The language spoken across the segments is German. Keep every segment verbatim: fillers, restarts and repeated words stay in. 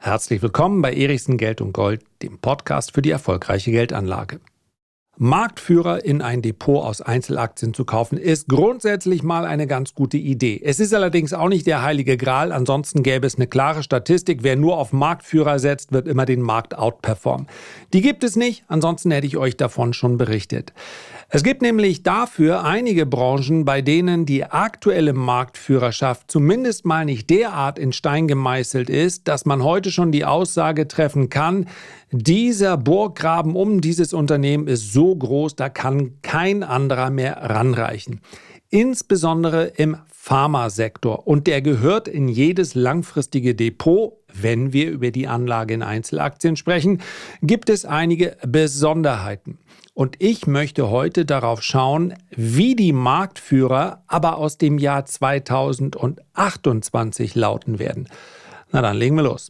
Herzlich willkommen bei Erichsen Geld und Gold, dem Podcast für die erfolgreiche Geldanlage. Marktführer in ein Depot aus Einzelaktien zu kaufen, ist grundsätzlich mal eine ganz gute Idee. Es ist allerdings auch nicht der heilige Gral, ansonsten gäbe es eine klare Statistik, wer nur auf Marktführer setzt, wird immer den Markt outperformen. Die gibt es nicht, ansonsten hätte ich euch davon schon berichtet. Es gibt nämlich dafür einige Branchen, bei denen die aktuelle Marktführerschaft zumindest mal nicht derart in Stein gemeißelt ist, dass man heute schon die Aussage treffen kann, dieser Burggraben um dieses Unternehmen ist so groß, da kann kein anderer mehr ranreichen. Insbesondere im Pharmasektor. Und der gehört in jedes langfristige Depot. Wenn wir über die Anlage in Einzelaktien sprechen, gibt es einige Besonderheiten. Und ich möchte heute darauf schauen, wie die Marktführer aber aus dem Jahr zweitausendachtundzwanzig lauten werden. Na dann, legen wir los.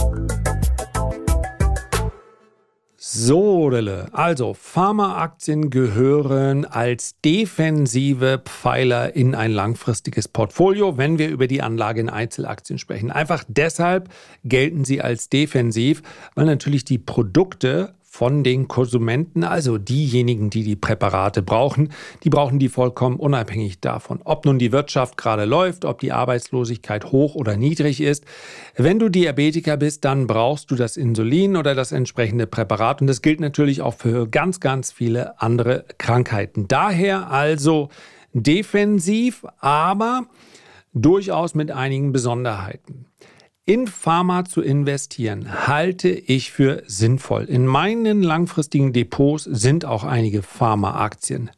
So, also Pharmaaktien gehören als defensive Pfeiler in ein langfristiges Portfolio, wenn wir über die Anlage in Einzelaktien sprechen. Einfach deshalb gelten sie als defensiv, weil natürlich die Produkte von den Konsumenten, also diejenigen, die die Präparate brauchen, die brauchen die vollkommen unabhängig davon, ob nun die Wirtschaft gerade läuft, ob die Arbeitslosigkeit hoch oder niedrig ist. Wenn du Diabetiker bist, dann brauchst du das Insulin oder das entsprechende Präparat und das gilt natürlich auch für ganz, ganz viele andere Krankheiten. Daher also defensiv, aber durchaus mit einigen Besonderheiten. In Pharma zu investieren, halte ich für sinnvoll. In meinen langfristigen Depots sind auch einige Pharmaaktien.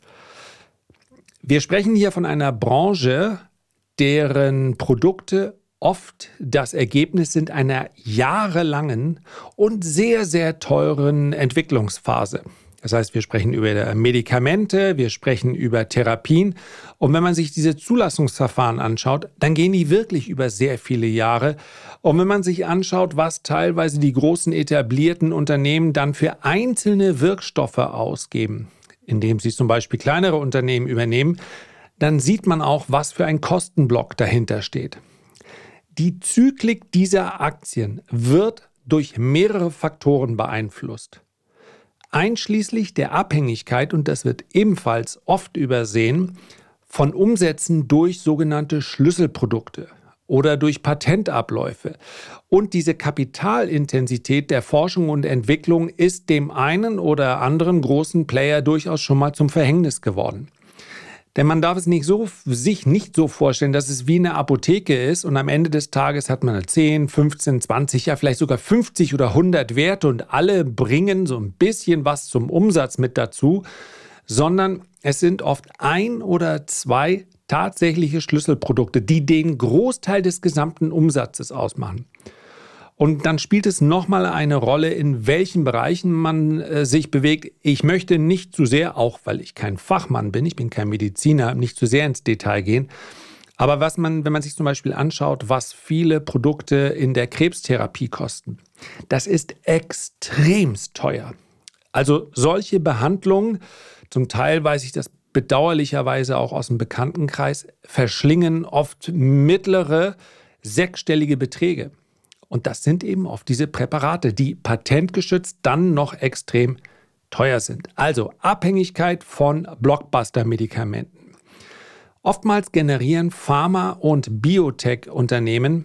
Wir sprechen hier von einer Branche, deren Produkte oft das Ergebnis sind einer jahrelangen und sehr, sehr teuren Entwicklungsphase. Das heißt, wir sprechen über Medikamente, wir sprechen über Therapien. Und wenn man sich diese Zulassungsverfahren anschaut, dann gehen die wirklich über sehr viele Jahre. Und wenn man sich anschaut, was teilweise die großen etablierten Unternehmen dann für einzelne Wirkstoffe ausgeben, indem sie zum Beispiel kleinere Unternehmen übernehmen, dann sieht man auch, was für ein Kostenblock dahinter steht. Die Zyklik dieser Aktien wird durch mehrere Faktoren beeinflusst. Einschließlich der Abhängigkeit, und das wird ebenfalls oft übersehen, von Umsätzen durch sogenannte Schlüsselprodukte oder durch Patentabläufe. Und diese Kapitalintensität der Forschung und Entwicklung ist dem einen oder anderen großen Player durchaus schon mal zum Verhängnis geworden. Denn man darf es nicht so, sich nicht so vorstellen, dass es wie eine Apotheke ist und am Ende des Tages hat man zehn, fünfzehn, zwanzig, ja vielleicht sogar fünfzig oder hundert Werte und alle bringen so ein bisschen was zum Umsatz mit dazu, sondern es sind oft ein oder zwei tatsächliche Schlüsselprodukte, die den Großteil des gesamten Umsatzes ausmachen. Und dann spielt es nochmal eine Rolle, in welchen Bereichen man äh, sich bewegt. Ich möchte nicht zu sehr, auch weil ich kein Fachmann bin, ich bin kein Mediziner, nicht zu sehr ins Detail gehen. Aber was man, wenn man sich zum Beispiel anschaut, was viele Produkte in der Krebstherapie kosten, das ist extremst teuer. Also solche Behandlungen, zum Teil weiß ich das bedauerlicherweise auch aus dem Bekanntenkreis, verschlingen oft mittlere sechsstellige Beträge. Und das sind eben oft diese Präparate, die patentgeschützt dann noch extrem teuer sind. Also Abhängigkeit von Blockbuster-Medikamenten. Oftmals generieren Pharma- und Biotech-Unternehmen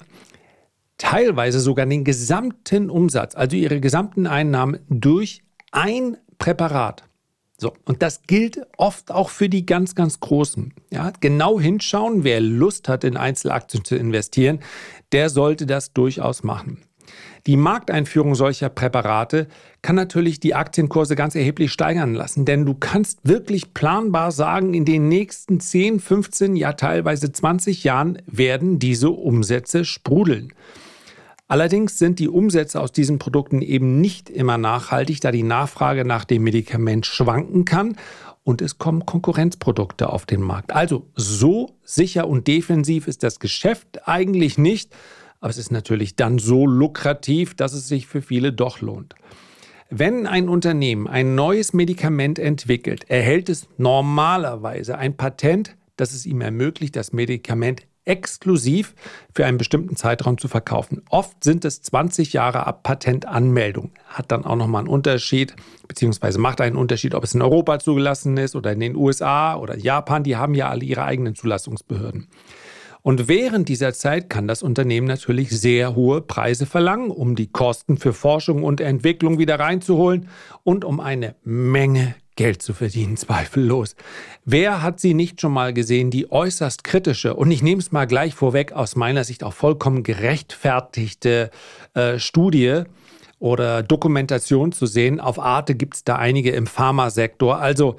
teilweise sogar den gesamten Umsatz, also ihre gesamten Einnahmen durch ein Präparat. So, und das gilt oft auch für die ganz, ganz Großen. Ja, genau hinschauen, wer Lust hat, in Einzelaktien zu investieren, der sollte das durchaus machen. Die Markteinführung solcher Präparate kann natürlich die Aktienkurse ganz erheblich steigern lassen, denn du kannst wirklich planbar sagen, in den nächsten zehn, fünfzehn, ja teilweise zwanzig Jahren werden diese Umsätze sprudeln. Allerdings sind die Umsätze aus diesen Produkten eben nicht immer nachhaltig, da die Nachfrage nach dem Medikament schwanken kann und es kommen Konkurrenzprodukte auf den Markt. Also so sicher und defensiv ist das Geschäft eigentlich nicht, aber es ist natürlich dann so lukrativ, dass es sich für viele doch lohnt. Wenn ein Unternehmen ein neues Medikament entwickelt, erhält es normalerweise ein Patent, das es ihm ermöglicht, das Medikament exklusiv für einen bestimmten Zeitraum zu verkaufen. Oft sind es zwanzig Jahre ab Patentanmeldung. Hat dann auch nochmal einen Unterschied, beziehungsweise macht einen Unterschied, ob es in Europa zugelassen ist oder in den U S A oder Japan. Die haben ja alle ihre eigenen Zulassungsbehörden. Und während dieser Zeit kann das Unternehmen natürlich sehr hohe Preise verlangen, um die Kosten für Forschung und Entwicklung wieder reinzuholen und um eine Menge Geld zu verdienen, zweifellos. Wer hat sie nicht schon mal gesehen, die äußerst kritische und ich nehme es mal gleich vorweg, aus meiner Sicht auch vollkommen gerechtfertigte äh, Studie oder Dokumentation zu sehen? Auf Arte gibt es da einige im Pharmasektor. Also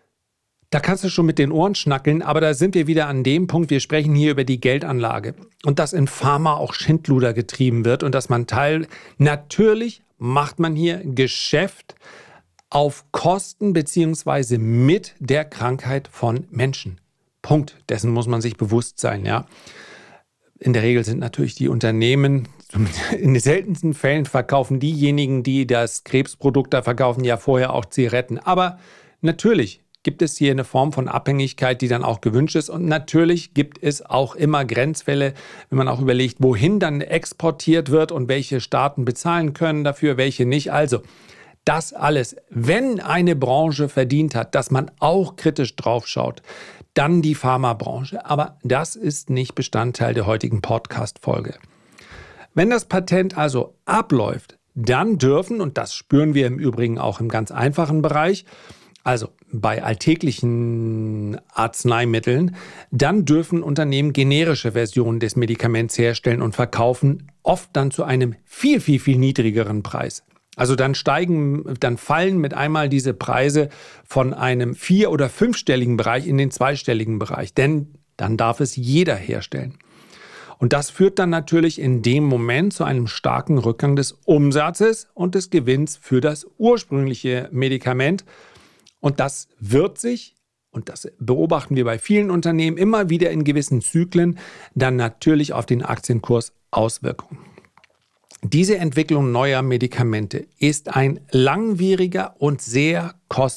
da kannst du schon mit den Ohren schnackeln, aber da sind wir wieder an dem Punkt, wir sprechen hier über die Geldanlage und dass in Pharma auch Schindluder getrieben wird und dass man Teil, natürlich macht man hier Geschäft auf Kosten beziehungsweise mit der Krankheit von Menschen. Punkt. Dessen muss man sich bewusst sein, ja. In der Regel sind natürlich die Unternehmen, in den seltensten Fällen verkaufen diejenigen, die das Krebsprodukt da verkaufen, ja vorher auch Zigaretten. Aber natürlich gibt es hier eine Form von Abhängigkeit, die dann auch gewünscht ist. Und natürlich gibt es auch immer Grenzfälle, wenn man auch überlegt, wohin dann exportiert wird und welche Staaten bezahlen können dafür, welche nicht. Also das alles, wenn eine Branche verdient hat, dass man auch kritisch drauf schaut, dann die Pharmabranche. Aber das ist nicht Bestandteil der heutigen Podcast-Folge. Wenn das Patent also abläuft, dann dürfen, und das spüren wir im Übrigen auch im ganz einfachen Bereich, also bei alltäglichen Arzneimitteln, dann dürfen Unternehmen generische Versionen des Medikaments herstellen und verkaufen, oft dann zu einem viel, viel, viel niedrigeren Preis. Also dann steigen, dann fallen mit einmal diese Preise von einem vier- oder fünfstelligen Bereich in den zweistelligen Bereich, denn dann darf es jeder herstellen. Und das führt dann natürlich in dem Moment zu einem starken Rückgang des Umsatzes und des Gewinns für das ursprüngliche Medikament. Und das wird sich, und das beobachten wir bei vielen Unternehmen, immer wieder in gewissen Zyklen, dann natürlich auf den Aktienkurs auswirken. Diese Entwicklung neuer Medikamente ist ein langwieriger und sehr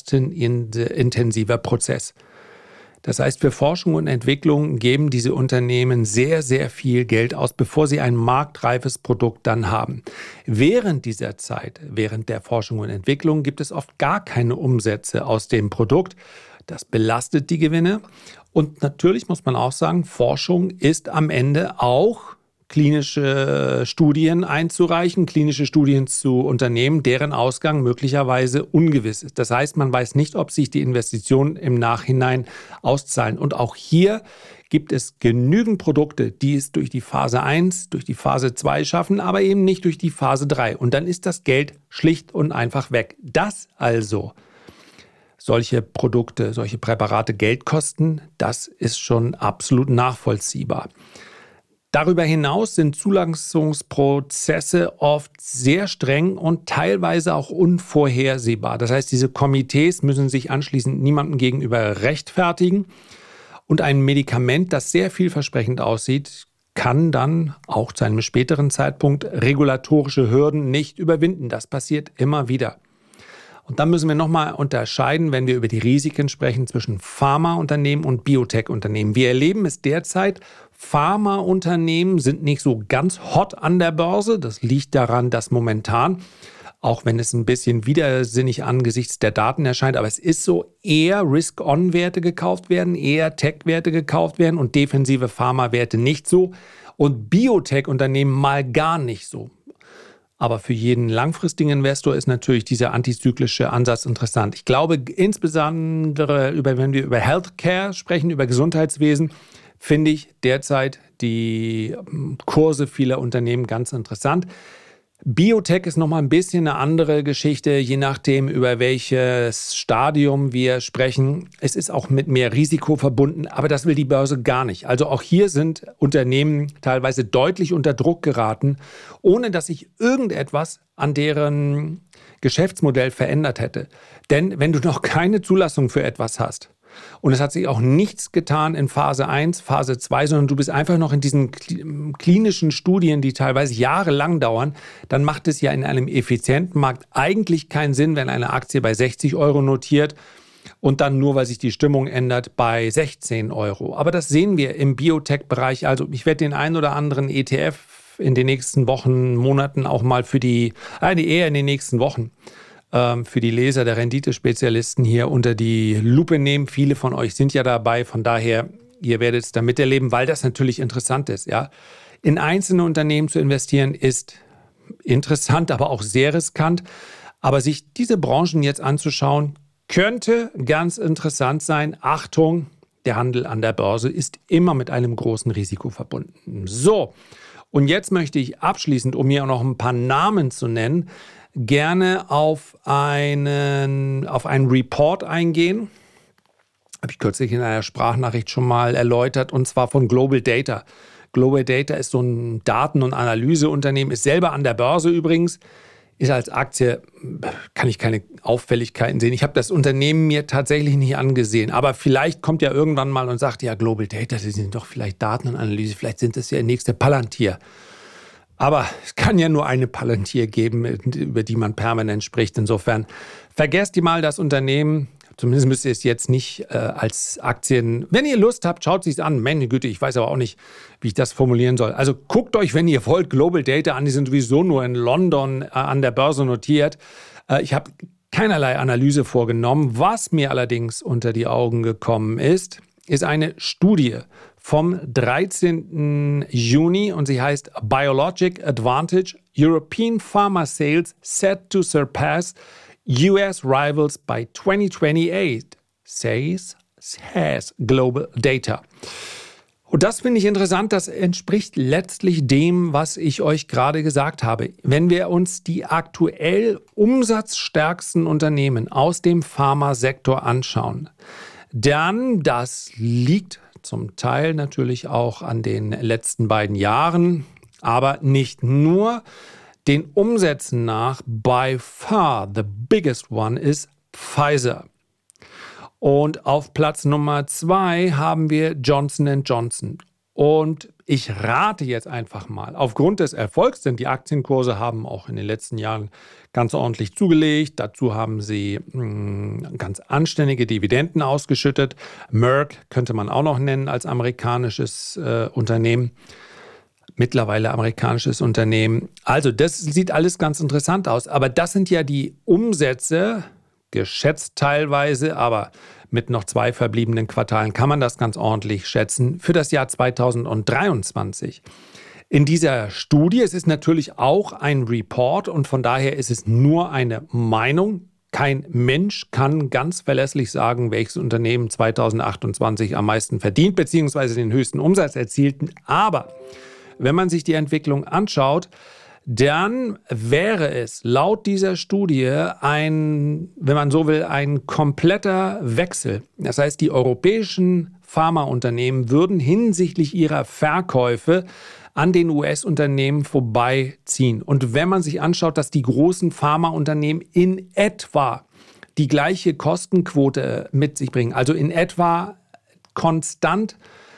kostenintensiver Prozess. Das heißt, für Forschung und Entwicklung geben diese Unternehmen sehr, sehr viel Geld aus, bevor sie ein marktreifes Produkt dann haben. Während dieser Zeit, während der Forschung und Entwicklung, gibt es oft gar keine Umsätze aus dem Produkt. Das belastet die Gewinne. Und natürlich muss man auch sagen, Forschung ist am Ende auch klinische Studien einzureichen, klinische Studien zu unternehmen, deren Ausgang möglicherweise ungewiss ist. Das heißt, man weiß nicht, ob sich die Investitionen im Nachhinein auszahlen. Und auch hier gibt es genügend Produkte, die es durch die Phase eins, durch die Phase zwei schaffen, aber eben nicht durch die Phase drei. Und dann ist das Geld schlicht und einfach weg. Dass also solche Produkte, solche Präparate Geld kosten, das ist schon absolut nachvollziehbar. Darüber hinaus sind Zulassungsprozesse oft sehr streng und teilweise auch unvorhersehbar. Das heißt, diese Komitees müssen sich anschließend niemandem gegenüber rechtfertigen. Und ein Medikament, das sehr vielversprechend aussieht, kann dann auch zu einem späteren Zeitpunkt regulatorische Hürden nicht überwinden. Das passiert immer wieder. Und dann müssen wir nochmal unterscheiden, wenn wir über die Risiken sprechen, zwischen Pharmaunternehmen und Biotech-Unternehmen. Wir erleben es derzeit, Pharmaunternehmen sind nicht so ganz hot an der Börse. Das liegt daran, dass momentan, auch wenn es ein bisschen widersinnig angesichts der Daten erscheint, aber es ist so, eher Risk-On-Werte gekauft werden, eher Tech-Werte gekauft werden und defensive Pharma-Werte nicht so und Biotech-Unternehmen mal gar nicht so. Aber für jeden langfristigen Investor ist natürlich dieser antizyklische Ansatz interessant. Ich glaube insbesondere, über, wenn wir über Healthcare sprechen, über Gesundheitswesen, finde ich derzeit die Kurse vieler Unternehmen ganz interessant. Biotech ist nochmal ein bisschen eine andere Geschichte, je nachdem, über welches Stadium wir sprechen. Es ist auch mit mehr Risiko verbunden, aber das will die Börse gar nicht. Also auch hier sind Unternehmen teilweise deutlich unter Druck geraten, ohne dass sich irgendetwas an deren Geschäftsmodell verändert hätte. Denn wenn du noch keine Zulassung für etwas hast, und es hat sich auch nichts getan in Phase eins, Phase zwei, sondern du bist einfach noch in diesen klinischen Studien, die teilweise jahrelang dauern, dann macht es ja in einem effizienten Markt eigentlich keinen Sinn, wenn eine Aktie bei sechzig Euro notiert und dann nur, weil sich die Stimmung ändert, bei sechzehn Euro. Aber das sehen wir im Biotech-Bereich. Also ich werde den einen oder anderen E T F in den nächsten Wochen, Monaten auch mal für die, äh, eher in den nächsten Wochen, ähm, für die Leser der Renditespezialisten hier unter die Lupe nehmen. Viele von euch sind ja dabei, von daher, ihr werdet es da miterleben, weil das natürlich interessant ist. Ja? In einzelne Unternehmen zu investieren ist interessant, aber auch sehr riskant. Aber sich diese Branchen jetzt anzuschauen, könnte ganz interessant sein. Achtung, der Handel an der Börse ist immer mit einem großen Risiko verbunden. So, und jetzt möchte ich abschließend, um hier auch noch ein paar Namen zu nennen, gerne auf einen, auf einen Report eingehen. Habe ich kürzlich in einer Sprachnachricht schon mal erläutert, und zwar von Global Data. Global Data ist so ein Daten- und Analyseunternehmen, ist selber an der Börse übrigens, ist als Aktie, kann ich keine Auffälligkeiten sehen. Ich habe das Unternehmen mir tatsächlich nicht angesehen, aber vielleicht kommt ja irgendwann mal und sagt, ja, Global Data, das sind doch vielleicht Daten und Analyse, vielleicht sind das ja der nächste Palantir. Aber es kann ja nur eine Palantir geben, über die man permanent spricht. Insofern vergesst ihr mal das Unternehmen. Zumindest müsst ihr es jetzt nicht äh, als Aktien, wenn ihr Lust habt, schaut es sich an. Meine Güte, ich weiß aber auch nicht, wie ich das formulieren soll. Also guckt euch, wenn ihr wollt, Global Data an. Die sind sowieso nur in London äh, an der Börse notiert. Äh, ich habe keinerlei Analyse vorgenommen. Was mir allerdings unter die Augen gekommen ist, ist eine Studie vom dreizehnten Juni und sie heißt Biologic Advantage, European Pharma Sales set to surpass U S Rivals by twenty twenty-eight, says, says Global Data. Und das finde ich interessant, das entspricht letztlich dem, was ich euch gerade gesagt habe. Wenn wir uns die aktuell umsatzstärksten Unternehmen aus dem Pharmasektor anschauen, dann, das liegt zum Teil natürlich auch an den letzten beiden Jahren, aber nicht nur, den Umsätzen nach, by far the biggest one ist Pfizer. Und auf Platz Nummer zwei haben wir Johnson and Johnson. Und ich rate jetzt einfach mal, aufgrund des Erfolgs, denn die Aktienkurse haben auch in den letzten Jahren ganz ordentlich zugelegt. Dazu haben sie mh, ganz anständige Dividenden ausgeschüttet. Merck könnte man auch noch nennen als amerikanisches äh, Unternehmen. Mittlerweile amerikanisches Unternehmen. Also das sieht alles ganz interessant aus. Aber das sind ja die Umsätze, geschätzt teilweise, aber mit noch zwei verbliebenen Quartalen kann man das ganz ordentlich schätzen, für das Jahr zweitausenddreiundzwanzig. In dieser Studie, es ist natürlich auch ein Report und von daher ist es nur eine Meinung. Kein Mensch kann ganz verlässlich sagen, welches Unternehmen zweitausendachtundzwanzig am meisten verdient, beziehungsweise den höchsten Umsatz erzielten. Aber wenn man sich die Entwicklung anschaut, dann wäre es laut dieser Studie ein, wenn man so will, ein kompletter Wechsel. Das heißt, die europäischen Pharmaunternehmen würden hinsichtlich ihrer Verkäufe an den U S-Unternehmen vorbeiziehen. Und wenn man sich anschaut, dass die großen Pharmaunternehmen in etwa die gleiche Kostenquote mit sich bringen, also in etwa konstant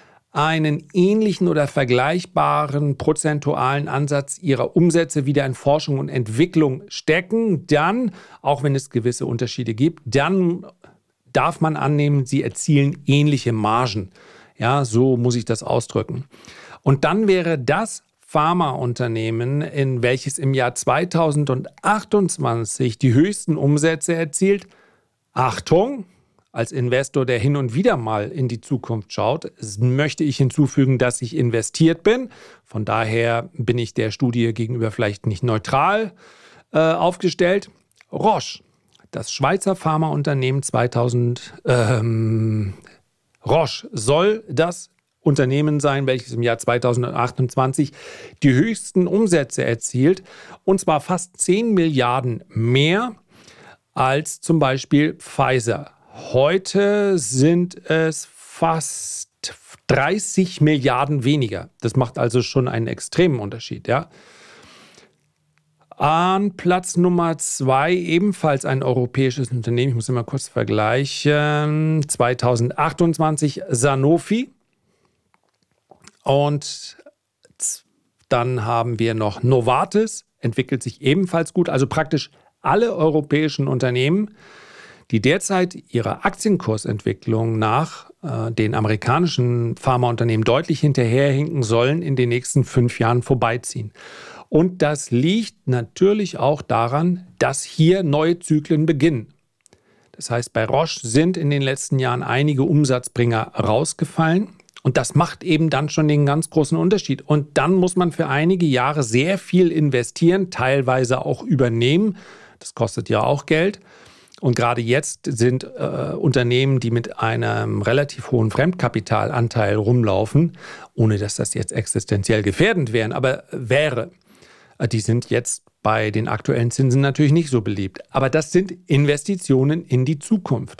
einen ähnlichen oder vergleichbaren prozentualen Ansatz ihrer Umsätze wieder in Forschung und Entwicklung stecken, dann, auch wenn es gewisse Unterschiede gibt, dann darf man annehmen, sie erzielen ähnliche Margen. Ja, so muss ich das ausdrücken. Und dann wäre das Pharmaunternehmen, in welches im Jahr zweitausendachtundzwanzig die höchsten Umsätze erzielt, Achtung, als Investor, der hin und wieder mal in die Zukunft schaut, möchte ich hinzufügen, dass ich investiert bin. Von daher bin ich der Studie gegenüber vielleicht nicht neutral äh, aufgestellt. Roche, das Schweizer Pharmaunternehmen zweitausend, ähm, Roche soll das Unternehmen sein, welches im Jahr zweitausendachtundzwanzig die höchsten Umsätze erzielt, und zwar fast zehn Milliarden mehr als zum Beispiel Pfizer. Heute sind es fast dreißig Milliarden weniger. Das macht also schon einen extremen Unterschied, ja. An Platz Nummer zwei ebenfalls ein europäisches Unternehmen. Ich muss immer kurz vergleichen. zweitausendachtundzwanzig Sanofi. Und dann haben wir noch Novartis. Entwickelt sich ebenfalls gut. Also praktisch alle europäischen Unternehmen, die derzeit ihrer Aktienkursentwicklung nach äh, den amerikanischen Pharmaunternehmen deutlich hinterherhinken, sollen in den nächsten fünf Jahren vorbeiziehen. Und das liegt natürlich auch daran, dass hier neue Zyklen beginnen. Das heißt, bei Roche sind in den letzten Jahren einige Umsatzbringer rausgefallen. Und das macht eben dann schon den ganz großen Unterschied. Und dann muss man für einige Jahre sehr viel investieren, teilweise auch übernehmen. Das kostet ja auch Geld. Und gerade jetzt sind äh, Unternehmen, die mit einem relativ hohen Fremdkapitalanteil rumlaufen, ohne dass das jetzt existenziell gefährdend wären, aber wäre, die sind jetzt bei den aktuellen Zinsen natürlich nicht so beliebt. Aber das sind Investitionen in die Zukunft.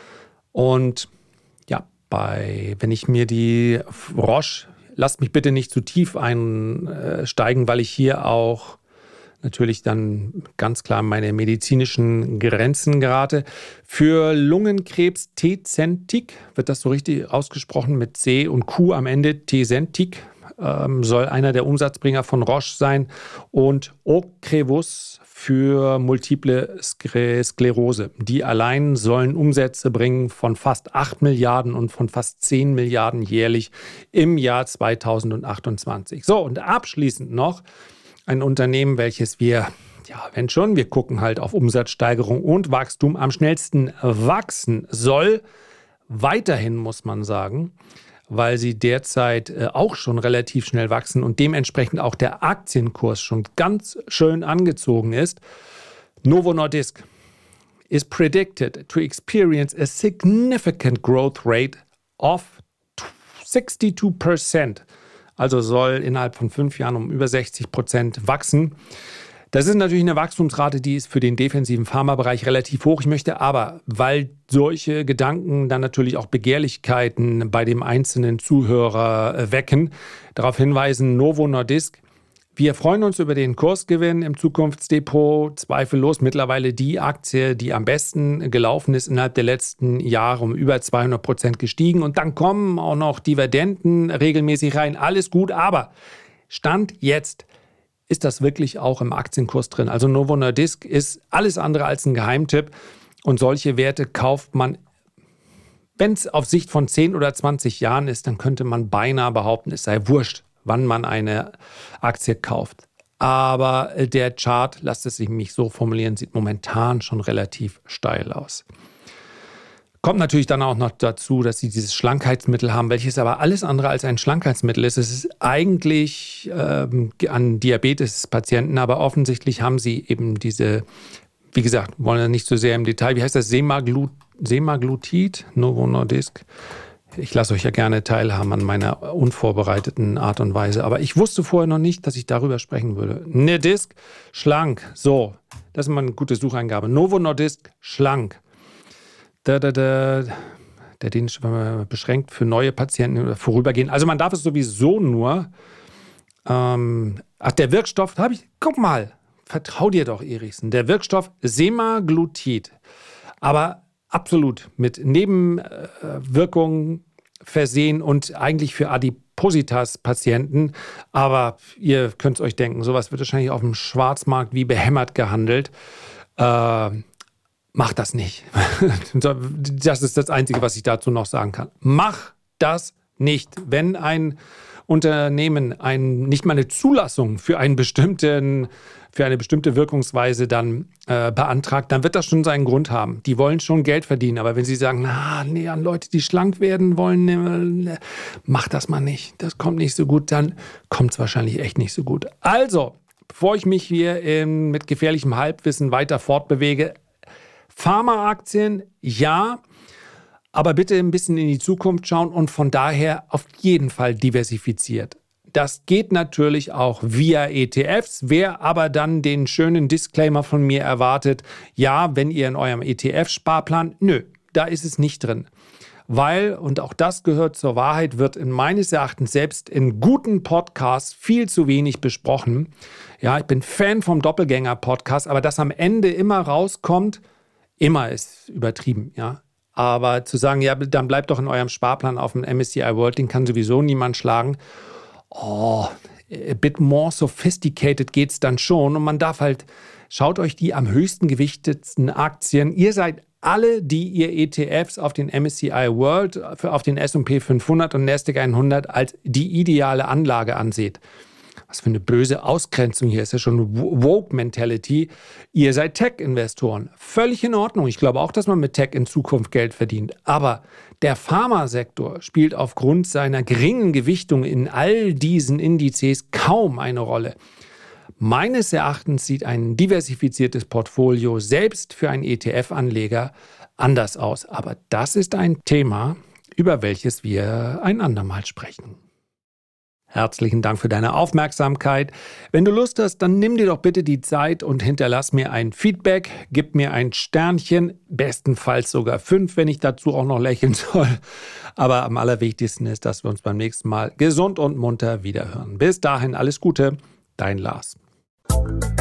Und ja, bei, wenn ich mir die Roche, lasst mich bitte nicht zu tief einsteigen, weil ich hier auch natürlich dann ganz klar meine medizinischen Grenzen gerate. Für Lungenkrebs Tecentriq, wird das so richtig ausgesprochen mit C und Q am Ende, Tecentriq, ähm, soll einer der Umsatzbringer von Roche sein. Und Ocrevus für multiple Sklerose. Die allein sollen Umsätze bringen von fast acht Milliarden und von fast zehn Milliarden jährlich im Jahr zweitausendachtundzwanzig. So, und abschließend noch ein Unternehmen, welches wir, ja, wenn schon, wir gucken halt auf Umsatzsteigerung und Wachstum, am schnellsten wachsen soll. Weiterhin muss man sagen, weil sie derzeit äh, auch schon relativ schnell wachsen und dementsprechend auch der Aktienkurs schon ganz schön angezogen ist. Novo Nordisk is predicted to experience a significant growth rate of sixty-two percent. Also soll innerhalb von fünf Jahren um über sechzig Prozent wachsen. Das ist natürlich eine Wachstumsrate, die ist für den defensiven Pharmabereich relativ hoch. Ich möchte aber, weil solche Gedanken dann natürlich auch Begehrlichkeiten bei dem einzelnen Zuhörer wecken, darauf hinweisen, Novo Nordisk, wir freuen uns über den Kursgewinn im Zukunftsdepot, zweifellos mittlerweile die Aktie, die am besten gelaufen ist innerhalb der letzten Jahre, um über zweihundert Prozent gestiegen. Und dann kommen auch noch Dividenden regelmäßig rein, alles gut, aber Stand jetzt ist das wirklich auch im Aktienkurs drin. Also Novo Nordisk ist alles andere als ein Geheimtipp und solche Werte kauft man, wenn es auf Sicht von zehn oder zwanzig Jahren ist, dann könnte man beinahe behaupten, es sei wurscht, wann man eine Aktie kauft. Aber der Chart, lasst es sich mich so formulieren, sieht momentan schon relativ steil aus. Kommt natürlich dann auch noch dazu, dass sie dieses Schlankheitsmittel haben, welches aber alles andere als ein Schlankheitsmittel ist. Es ist eigentlich ähm, an Diabetespatienten, aber offensichtlich haben sie eben diese, wie gesagt, wollen wir nicht so sehr im Detail, wie heißt das, Semaglut, Semaglutid, Novo Nordisk. Ich lasse euch ja gerne teilhaben an meiner unvorbereiteten Art und Weise, aber ich wusste vorher noch nicht, dass ich darüber sprechen würde. Nordisk, schlank, so, das ist mal eine gute Sucheingabe. Novo Nordisk, schlank. Da, da, da, der Dienst beschränkt für neue Patienten oder vorübergehend. Also man darf es sowieso nur, ähm, ach, der Wirkstoff, habe ich, guck mal, vertrau dir doch, Erichsen, der Wirkstoff Semaglutid, aber absolut mit Nebenwirkungen versehen und eigentlich für Adipositas-Patienten, aber ihr könnt es euch denken, sowas wird wahrscheinlich auf dem Schwarzmarkt wie behämmert gehandelt. Äh, Mach das nicht. Das ist das Einzige, was ich dazu noch sagen kann. Mach das nicht. Wenn ein Unternehmen ein, nicht mal eine Zulassung für, einen bestimmten, für eine bestimmte Wirkungsweise dann äh, beantragt, dann wird das schon seinen Grund haben. Die wollen schon Geld verdienen. Aber wenn sie sagen, na, nee, an Leute, die schlank werden wollen, äh, mach das mal nicht. Das kommt nicht so gut. Dann kommt es wahrscheinlich echt nicht so gut. Also, bevor ich mich hier ähm, mit gefährlichem Halbwissen weiter fortbewege, Pharmaaktien, ja, aber bitte ein bisschen in die Zukunft schauen und von daher auf jeden Fall diversifiziert. Das geht natürlich auch via E T Fs. Wer aber dann den schönen Disclaimer von mir erwartet, ja, wenn ihr in eurem E T F-Sparplan, nö, da ist es nicht drin. Weil, und auch das gehört zur Wahrheit, wird in meines Erachtens selbst in guten Podcasts viel zu wenig besprochen. Ja, ich bin Fan vom Doppelgänger-Podcast, aber dass am Ende immer rauskommt, immer ist übertrieben, ja. Aber zu sagen, ja, dann bleibt doch in eurem Sparplan auf dem M S C I World, den kann sowieso niemand schlagen. Oh, a bit more sophisticated geht's dann schon. Und man darf halt, schaut euch die am höchsten gewichtetsten Aktien. Ihr seid alle, die ihr E T Fs auf den M S C I World, auf den S und P fünfhundert und Nasdaq hundert als die ideale Anlage anseht. Was für eine böse Ausgrenzung hier, ist ja schon Woke-Mentality. Ihr seid Tech-Investoren. Völlig in Ordnung. Ich glaube auch, dass man mit Tech in Zukunft Geld verdient. Aber der Pharmasektor spielt aufgrund seiner geringen Gewichtung in all diesen Indizes kaum eine Rolle. Meines Erachtens sieht ein diversifiziertes Portfolio selbst für einen E T F-Anleger anders aus. Aber das ist ein Thema, über welches wir ein andermal sprechen. Herzlichen Dank für deine Aufmerksamkeit. Wenn du Lust hast, dann nimm dir doch bitte die Zeit und hinterlass mir ein Feedback. Gib mir ein Sternchen, bestenfalls sogar fünf, wenn ich dazu auch noch lächeln soll. Aber am allerwichtigsten ist, dass wir uns beim nächsten Mal gesund und munter wiederhören. Bis dahin alles Gute, dein Lars.